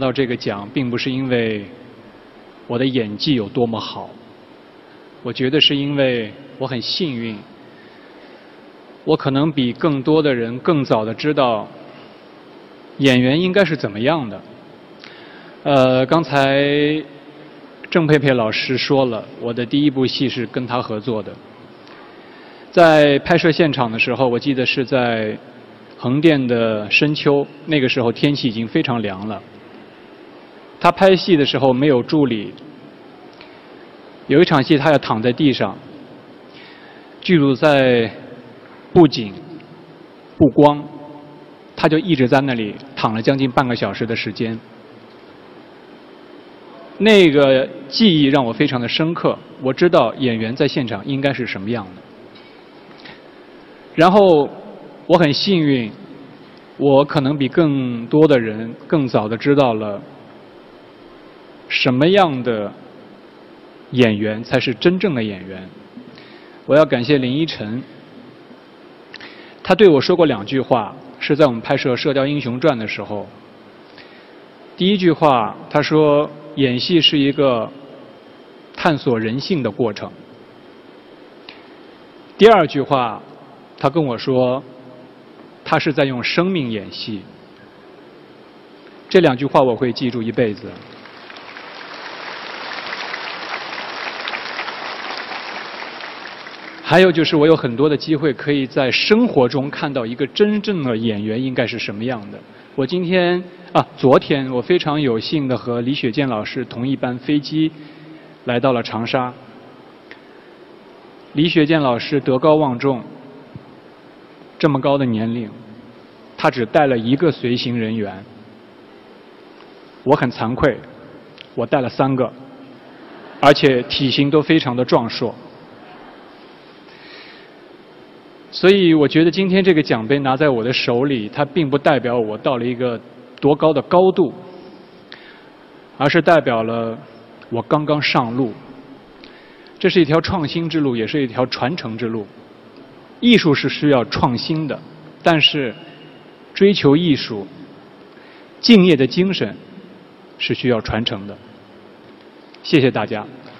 到这个奖，并不是因为我的演技有多么好，我觉得是因为我很幸运，我可能比更多的人更早的知道演员应该是怎么样的。刚才郑佩佩老师说了，我的第一部戏是跟他合作的。在拍摄现场的时候，我记得是在横店的深秋，那个时候天气已经非常凉了。他拍戏的时候没有助理，有一场戏他要躺在地上，剧组在布景、布光，他就一直在那里躺了将近半个小时的时间。那个记忆让我非常的深刻，我知道演员在现场应该是什么样的。然后我很幸运，我可能比更多的人更早的知道了什么样的演员才是真正的演员。我要感谢林依晨，他对我说过2句话，是在我们拍摄《射雕英雄传》的时候。第一句话，他说演戏是一个探索人性的过程。第2句话，他跟我说他是在用生命演戏。这2句话我会记住一辈子。还有就是我有很多的机会可以在生活中看到一个真正的演员应该是什么样的。我昨天我非常有幸的和李雪健老师同一班飞机来到了长沙。李雪健老师德高望重，这么高的年龄，他只带了1个随行人员。我很惭愧，我带了3个，而且体型都非常的壮硕。所以我觉得今天这个奖杯拿在我的手里，它并不代表我到了一个多高的高度，而是代表了我刚刚上路。这是一条创新之路，也是一条传承之路。艺术是需要创新的，但是追求艺术、敬业的精神是需要传承的。谢谢大家。